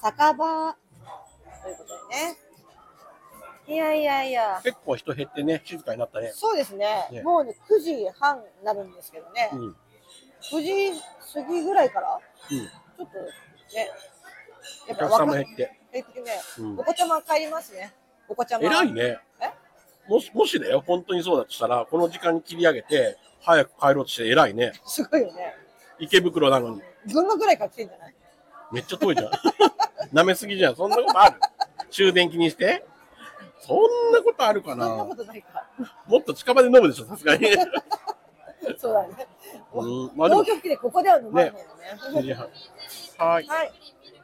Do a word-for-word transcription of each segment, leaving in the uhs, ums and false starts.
酒場ということでね。いやいやいや。 結構人減ってね、静かになったね。 そうですね。 ねもうね、くじはんになるんですけどね。 うん。 くじ過ぎぐらいから、 うん。 ちょっとね、 お客さんも減って。 減ってね、 うん、 お子ちゃま帰りますね。お子ちゃま。 偉いね。 えもし、もしだよ、本当にそうだとしたら、この時間に切り上げて、早く帰ろうとして偉いね。 すごいよね。 池袋なのに。 群馬ぐらいから来てんじゃない？ めっちゃ遠いじゃん。舐めすぎじゃん。そんなことある？終電気にして？そんなことあるかな？ そんなことないか。 もっと近場で飲むでしょ、さすがに。 そうだね。 うん、まあでも東京来てここでは飲まないよね。 くじはん。はい。 はい。はい。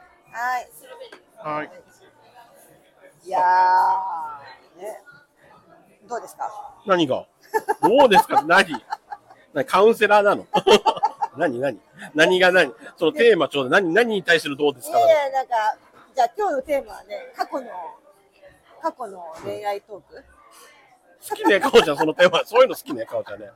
はい。 いやー、ね。どうですか？ 何がどうですか何何カウンセラーなの何何何が何そのテーマちょうだい。何何に対するどうですか？ いやいや、なんか、じゃあ今日のテーマはね、過去の、過去の恋愛トーク、 好きね、かおちゃん、そのテーマ。そういうの好きね、かおちゃんね。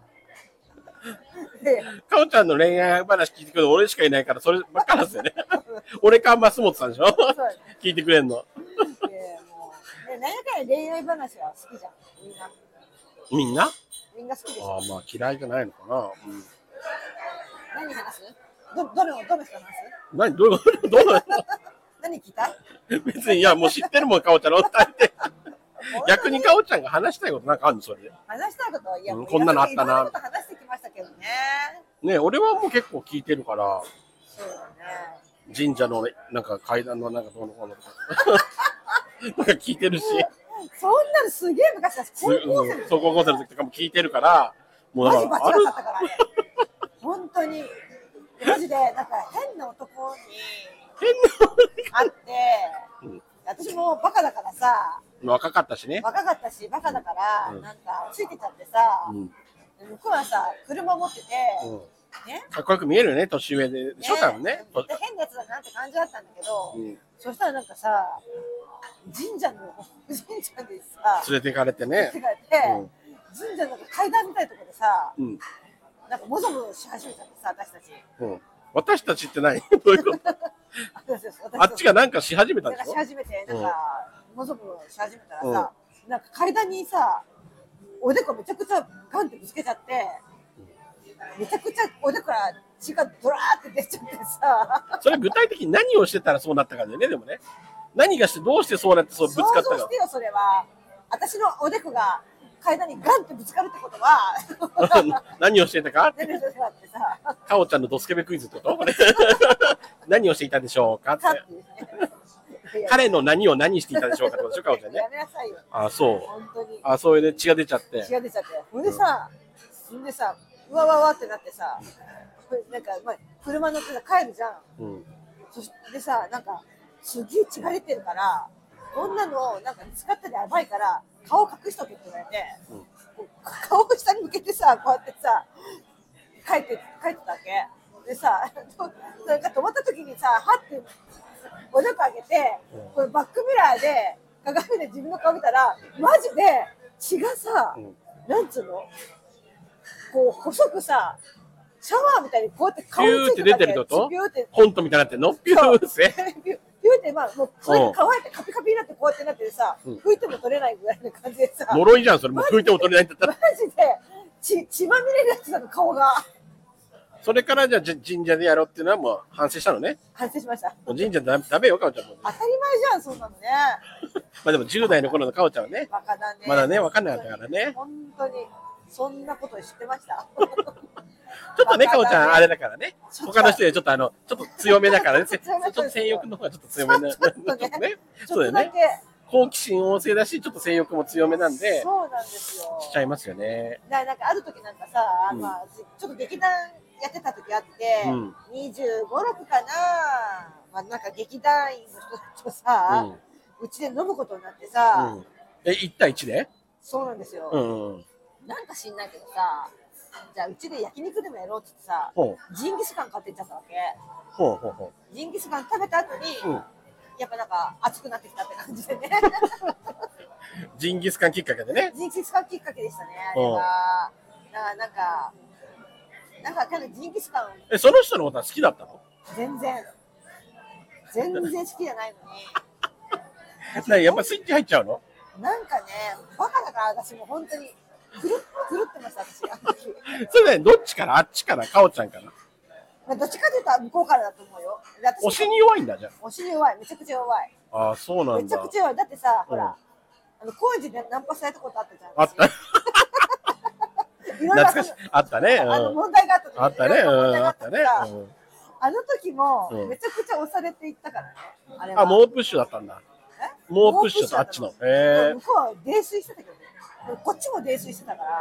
かおちゃんの恋愛話聞いてくるの俺しかいないから、そればっかなんですよね。俺か増本さんでしょ聞いてくれんの。 いやもうね、何やかんや恋愛話は好きじゃん、みんな。 みんなみんな好きでしょ。 ああ、まあ嫌いじゃないのかな。うん、 何話す？ど、どの、どの人話す？ 何どういうことどういうこと何聞きたい？ 別に、いや、もう知ってるもん、かおちゃんの二人で。逆にかおちゃんが話したいことなんかあるのそれで。 話したいことは、いや、 うんこんなのあったないろんなこと話してきましたけどね。 ね、俺はもう結構聞いてるから、 そうだね。 神社のなんか階段のなんかどうのこうのとか。なんか聞いてるし、 そんなのすげえ昔だし、 す高校生うん、そう高校生の時とかも聞いてるから、もうだマジバチからあるバチだったからね。本当に。マジで、なんか変な男に会って、 うん私もバカだからさ、 若かったしね。 若かったし、バカだから、 うんなんかついてちゃってさ、 うん向こうはさ、車持ってて、 うんね。 かっこよく見えるよね、年上で。でしょ、多分ね。 で変なやつだなって感じだったんだけど、 うんそしたらなんかさ、神社の、神社でさ、 連れて行かれてね。 連れてかれて、神社の階段みたいなところでさ、 うんなんかもぞもぞし始めちゃってさ、私たち。 うん私たちって何どういうことあっちがなんかし始めたんなんかでしょし始めて、なんか、もぞもぞし始めたらさ、なんか階段にさ、おでこめちゃくちゃガンってぶつけちゃって、めちゃくちゃおでこから血がドラーって出ちゃってさ。 それ具体的に何をしてたらそうなったかだよね、でもね。何がして、どうしてそうなってそうぶつかったか。 想像してよ、それは。私のおでこが階段にガンってぶつかるってことは、 何をしてたか出てる人があってさ、 かおちゃんのドスケベクイズってことこれ何をしていたでしょうかって。彼の何を何していたでしょうかってことでしょ、かおちゃんねや。めなさいよ。 あ、そう。 本当に。 あ、そういうね、血が出ちゃって。 血が出ちゃって。ほんでさ、ほんでさ、うわわわってなってさ、なんか、まあ、車乗ってさ、帰るじゃん。 うん。 そしてさ、なんか、すげえ血が出てるから、こんなの、なんか見つかったらやばいから、顔隠しとけって言われて、 うんこう顔を下に向けてさ、こうやってさ、帰って、帰ってたわけ。でさ、なんか止まった時にさ、はって、おでこ上げて、これバックミラーで、鏡で自分の顔見たら、マジで血がさ、 うんなんつうのこう、細くさ、シャワーみたいにこうやって顔ピューって出てるってことピューって。 コントみたいになってんのピューって。 ピューって、まあ、もう、それで乾いてカピカピになってこうやってなってさ、 うん拭いても取れないぐらいの感じでさ、 呪いじゃん、それ。もう拭いても取れないんだったら。 マジで血、血まみれになってたの、顔が。 それからじゃあじ神社でやろうっていうのはもう反省したのね。 反省しました。 もう神社ダメダメよ、かおちゃんも。 当たり前じゃん、そんなのね。 まあでもじゅう代の頃のかおちゃんはね、 バカだね。 まだね、わかんなかったからね。 本当に、そんなこと知ってましたちょっとね、かおちゃんあれだからね。 ちょっと他の人よりちょっとあの、ちょっと強めだからね。ちょ強めっと性欲の方がちょっと強めな。 ちょっとねね。 ちそうだよね。 ょっとだけ。 好奇心旺盛だし、ちょっと性欲も強めなんで、 そうなんですよ。 しちゃいますよね。 ななんかある時なんかさ、 うんまあ、ちょっと劇団やってた時あって、 うんにじゅうご、ろくかな、まあ、なんか劇団員の人たちとさ、うち、で飲むことになってさ、 うん。え、いち対いちでそうなんですよ、 うんうん。 なんか知んないけどさ、じゃあうちで焼肉でもやろうって言ってさ、 ほう。 ジンギスカン買ってっちゃったわけ。 ほうほうほジンギスカン食べた後に、 う。うん。 やっぱなんか熱くなってきたって感じでね。 ジンギスカンきっかけでね。 ジンギスカンきっかけでしたね、あれは。だからなんか、なんか、ジンギスカンえ、その人のことは好きだったの全然、 全然好きじゃないのに。 なやっぱスイッチ入っちゃうの？ なんかね、バカだから私も本当に狂っ狂ってました、私。あの時それね、どっちから？あっちから？かおちゃんから？ まあどっちかというと向こうからだと思うよ。で私推しに弱いんだじゃん。 推しに弱い、めちゃくちゃ弱い。 ああ、そうなんだ。 めちゃくちゃ弱い。だってさ、ほうんら、あの工事でナンパされたことあったじゃん。 あった。 いろいろ懐かしい。あったね。うん、 あの問題があった時あったね。 いろいろ問うん、あったね。 題があったからうん、 あの時もうんめちゃくちゃ押されていったからね。あれはあ、猛プッシュだったんだ。 え猛プッシュだった、あっちの。へえ向こうは泥酔してたけどね。こっちも泥酔してたから。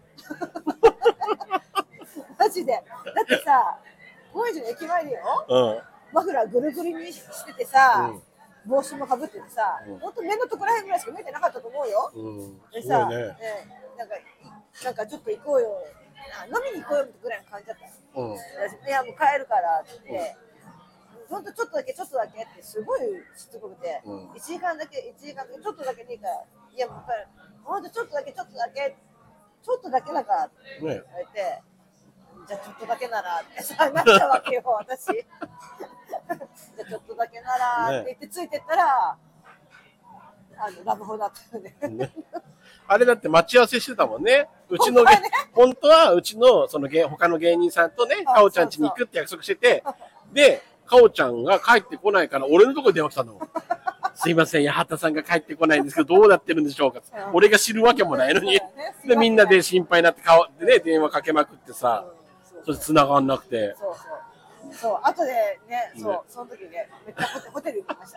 マジで。だってさ、高円寺の駅前でよ、 うん。 マフラーぐるぐるにしててさ、 うん帽子もかぶっててさ、 うんほんと目のところらへんぐらいしか見えてなかったと思うよ。 うん。 ですさ、 ごいね。 ねなんか、なんかちょっと行こうよ、あ飲みに行こうよぐらいの感じだったの。 うん。 いや、もう帰るからって言って、ほんとちょっとだけ、ちょっとだけってすごいしつこくて、 うんいちじかんだけ、いちじかんだけ、ちょっとだけでいいから、いや、もう帰る、ほんとちょっとだけ、ちょっとだけ、ちょっとだけだからって言われね。 て、じゃあちょっとだけならってさ、なったわけよ、私。じゃあちょっとだけならって言ってついてったら、あのラブホだったよね。 ねあれだって待ち合わせしてたもんね。うちのげ、本当はうちのその芸他の芸人さんとね、かおちゃん家に行くって約束してて、で、かおちゃんが帰ってこないから俺のところに電話来たの。すいません、八幡さんが帰ってこないんですけど、どうなってるんでしょうか。俺が知るわけもないのに。で、みんなで心配になって顔でね、電話かけまくってさ、それ繋がんなくて。 そうそう。そう、後でね、そう、その時ね、めっちゃホテホテル行きました。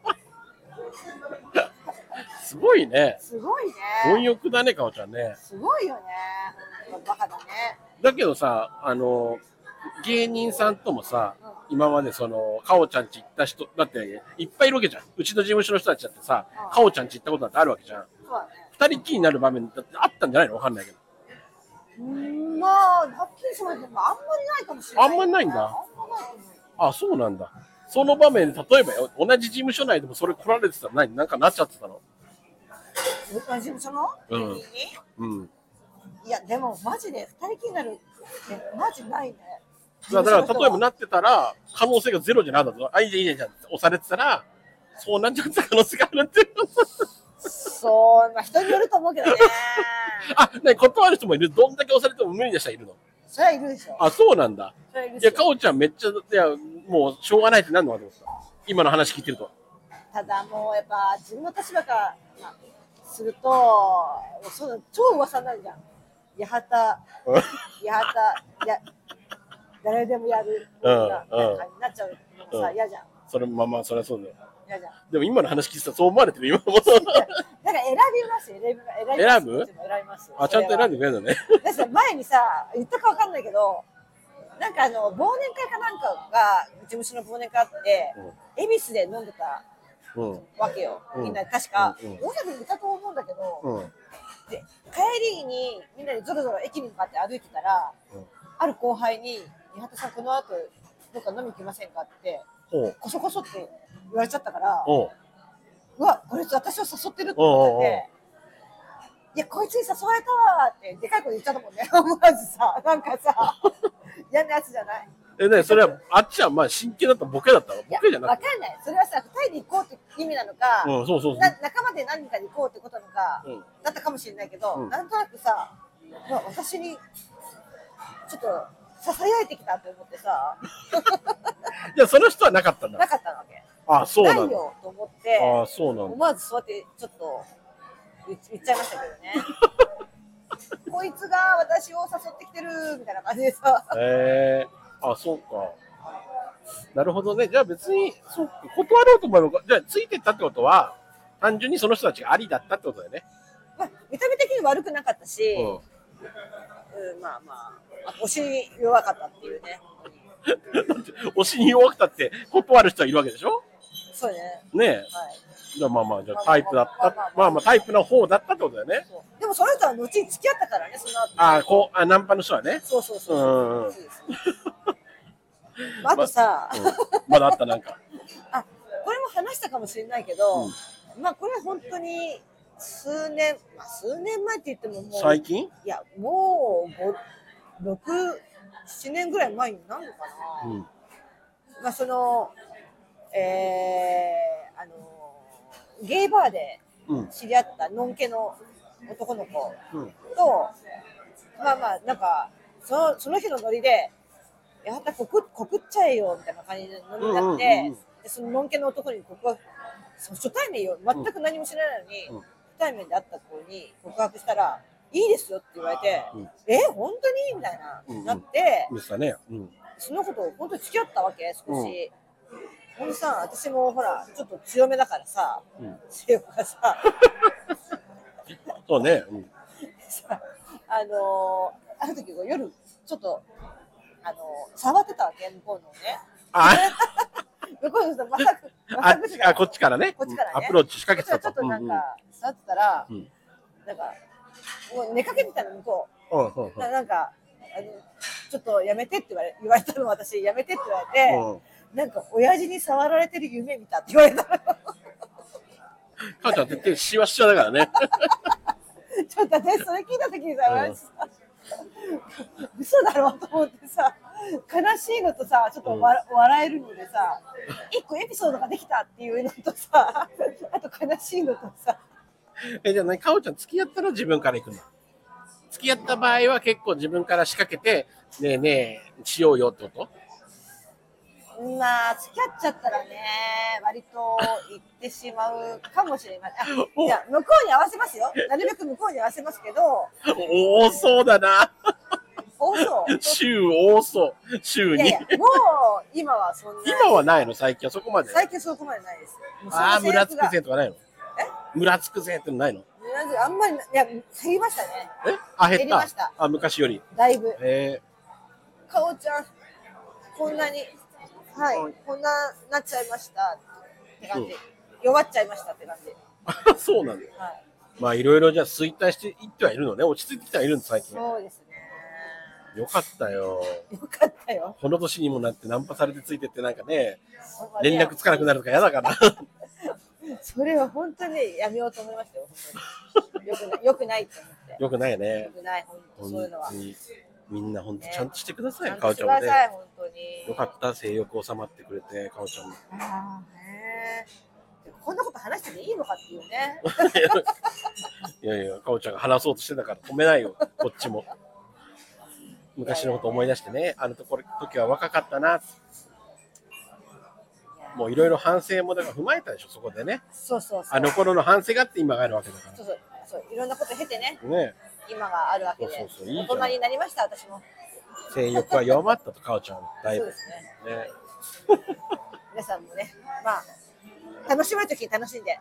すごいね。 すごいね。 貪欲だね、かおちゃんね。 すごいよね。バカだね。 だけどさ、あの、芸人さんともさ、今までその、かおちゃんち行った人、だっていっぱいいるわけじゃん。うちの事務所の人たちだってさ、かおちゃんち行ったことだってあるわけじゃん。 そうだね。 二人っきりになる場面だってあったんじゃないの？わかんないけど。 うーん、まあ、はっきりしまってもあんまりないかもしれない。 あんまりないんだ。 あんまりないと思う。 あ、そうなんだ。その場面で、例えばよ、同じ事務所内でもそれ来られてたら何なんかなっちゃってたの？ 事務所のうん芸人にうん。 いや、でもマジで二人きりになるってマジないね。 だから、例えばなってたら、可能性がゼロじゃなかったぞ。あ、いいじゃん、いいじゃん、押されてたら、そうなっちゃった可能性があるっていう。 そう、まあ人によると思うけどね。 あ、ね、断る人もいる。どんだけ押されても無理な人はいるの？ それはいるでしょ。 あ、そうなんだ。 それはいるいや、 でしょ。 かおちゃんめっちゃ、いや、もう、しょうがないってなんのかと思った。今の話聞いてると。 ただもうやっぱ自分の立場からまあすると、そうだ超噂になるじゃん。八幡、八幡、や、誰でもやるようなうん感じになっちゃうのもさ、 うん嫌じゃん。 それ、まあまあ、そりゃそうだよ。 嫌じゃん。 でも今の話聞いてたらそう思われてる、今も。 だから選びますよ、選び選びます。 選ぶ選びます。 あ、ちゃんと選んでくれるのね。 だって前にさ、言ったかわかんないけど、なんかあの、忘年会かなんかが、事務所の忘年会あって、恵比寿で飲んでたうん。 わけよ。 うんみんな確か、 うんうん大阪にいたと思うんだけど、 うん。 で、帰りにみんなでぞろぞろ駅に向かって歩いてたら、 うんある後輩に、八幡さんこの後、どっか飲み行きませんかって、 おうこそこそって言われちゃったから、 おううわ、これ私を誘ってるって思っちゃって、いや、こいつに誘われたわって、でかい声言っちゃったもんね。思わずさ、なんかさ、嫌なやつじゃない。 え、ね、それは、あっちはまあ真剣だったボケだったの？ いやボケじゃなくて。 わかんない。それはさ、二人で行こうって意味なのか、 うん、そうそうそう。 な仲間で何人かで行こうってことなのか、 うんだったかもしれないけど、 うんなんとなくさ、まあ、私にちょっとささやいてきたと思ってさ、 いや、その人はなかったんだ。 なかったわけ。 あ、そうなんだ。 ないよと思って、 あ、そうなんだ。 思わずそうやってちょっと言言っちゃいましたけどね。こいつが私を誘ってきてるみたいな感じでさ。 へえー、あ、そうか。なるほどね。じゃあ別に、そうか、断ろうと思えば、じゃあついてったってことは、単純にその人たちがありだったってことだよね。 まあ、見た目的に悪くなかったし、 うん。 うん、まあまあ、推しに弱かったっていうね。 だって推しに弱くたって断る人はいるわけでしょ？ そうね。 ねえ。 はい。 じゃあまあまあ、じゃあタイプだった。まあまあタイプの方だったってことだよね。 そうでもその人は後に付き合ったからね、その後。 ああ、こう、あ、ナンパの人はね。 そうそうそう。 うんうんそうですまあ、あとさ、 うん、まだあったなんか。 あ、これも話したかもしれないけど、うん、まあこれ本当に数年、まあ数年前って言ってももう。 最近？ いや、もうご、ろく、ななねんぐらい前になるのかな。うん、まあその、 えー、あのゲイバーでうん知り合ったのんけの男の子と、 うんまあまあなんかそのその日のノリでやった告告っちゃえよみたいな感じのノリになって、 うんうんうんうんでそののんけの男に告白、そ初対面よ、全く何も知らないのに、 うん初対面で会った子に告白したらいいですよって言われて、 うんえ本当にみたいな、 うんうんなって、 でしたね。うん。 その子と本当に付き合ったわけ少し。ほんでさ、私もほらちょっと強めだからさ、 うん性欲がさそうね。うん。 さあのー、ある時夜ちょっとあのー、触ってたわけ向こうのね。 あ向こうの人まさくまあさくあこっちからね。 こっちからねアプローチ仕掛けてたと。 ちょっとなんか触ってたら、 うんうんなんかもう寝かけてたの向こう。 うんうんうんななんかあのちょっとやめてって言われ言われたの私やめてって言われて、 うん、 なんか親父に触られてる夢見たって言われたの。 母ちゃん絶対しわしわだからね。 ちょっと私それ聞いた時にさ、うん、嘘だろうと思ってさ、悲しいのとさちょっとわ、うん、笑えるのでさ、一個エピソードができたっていうのとさ、あと悲しいのとさ。 えじゃあ何、かおちゃん付き合ったら自分から行くの？付き合った場合は結構自分から仕掛けて、ねえねえしようよってこと？ まあ付き合っちゃったらね、割と言ってしまうかもしれません。あ、いや向こうに合わせますよ。なるべく向こうに合わせますけど。 多そうだな。 多そう。 週多そう。週に。 いやいや、もう今はそんな。 今はないの？最近はそこまで。 最近そこまでないです。 ああ、ムラつくぜとかないの？ え？ ムラつくぜってのないの？ あんまり、いや、減りましたね。 え？あ、減った。 減りました。 あ、昔より。 だいぶ。 へえ。 かおちゃん、こんなに、はい、こんななっちゃいましたって感じ。うん、弱っちゃいましたって感じ。 そうなんだよ。 はい。 まあいろいろじゃあ衰退していってはいるのね。落ち着いてきてはいるんです、最近。 そうですね。 よかったよ。 よかったよ。 この年にもなってナンパされてついてってなんかね、連絡つかなくなるとか嫌だから。 それは本当にやめようと思いましたよ。本当によくない、よくないと思って。 よくないね。 よくない、本当そういうのは。 みんな本当ちゃんとしてください、 ね、 かおちゃんもね。 本当に。 よかった、性欲収まってくれて、かおちゃんも。 ああ、ね。こんなこと話してていいのかっていうね。 いやいや、かおちゃんが話そうとしてたから止めないよ、こっちも。昔のこと思い出してね、あのところ時は若かったな。もういろいろ反省もだから踏まえたでしょ、そこでね。 そうそうそう。 あの頃の反省があって今があるわけだから。 そうそうそう、いろんなこと経てね。 ね。 今があるわけで。そうそうそう、いい大人になりました、私も。 性欲は弱まったと、かおちゃんだいぶ。 そうですね。ね皆さんもね、まあ楽しめるときに楽しんで。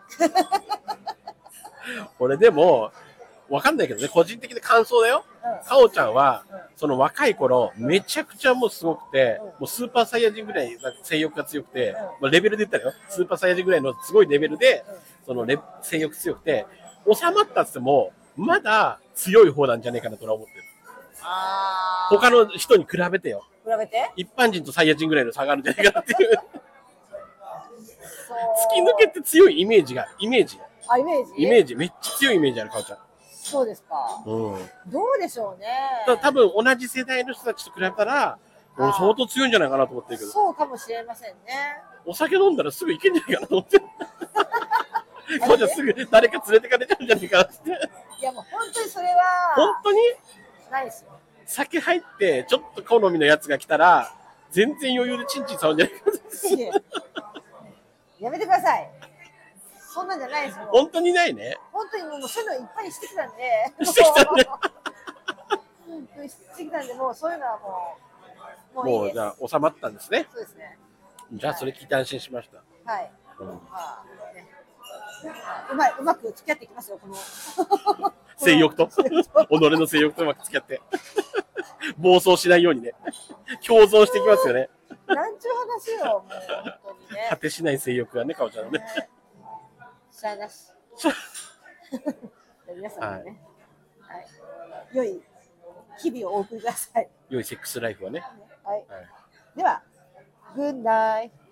俺でもわかんないけどね、個人的な感想だよ。うん、かおちゃんは、うん、その若い頃めちゃくちゃもうすごくて、うん、もうスーパーサイヤ人ぐらい性欲が強くて、うん、まあ、レベルで言ったらよ、スーパーサイヤ人ぐらいのすごいレベルで、そのレ性欲強くて、収まったっつってもまだ強い方なんじゃねえかなとは思ってる。あ他の人に比べてよ。 比べて？ 一般人とサイヤ人ぐらいの差があるんじゃないかなっていう。突き抜けて強いイメージが、イメージ。 あ、イメージ？ イメージ、めっちゃ強いイメージある、かおちゃん。 そうですか。うん。どうでしょうね。 だ多分同じ世代の人たちと比べたら、俺相当強いんじゃないかなと思ってるけど。 そうかもしれませんね。 お酒飲んだらすぐ行けんじゃないかなと思って。かおちゃんすぐ誰か連れてかれちゃうんじゃないかなって。 いやもう本当にそれは。 本当に？ ないですよ。 酒入ってちょっと好みのやつが来たら、全然余裕でチンチン触るんじゃないかな。 やめてください。そんなんじゃないですよ。 本当にないね。 本当にもうそういうのいっぱいしてきたんで。 してきたんで。 してきたんで、もうそういうのはもう。 もういいです。もうじゃあ収まったんですね。 そうですね。 じゃあそれ聞いて安心しました。 はい。うん、まあね、うまいうまく付き合っていきますよ、この。 性欲と己の性欲とうまく付き合って。暴走しないようにね。共存していきますよね。 なんちゅう話よ、もう本当にね。 果てしない性欲がね、かおちゃんのね。 しゃあなし。皆さんもね、はい、はい、良い日々をお送りください。 良いセックスライフはね。 はい。はい、では、グッナイ。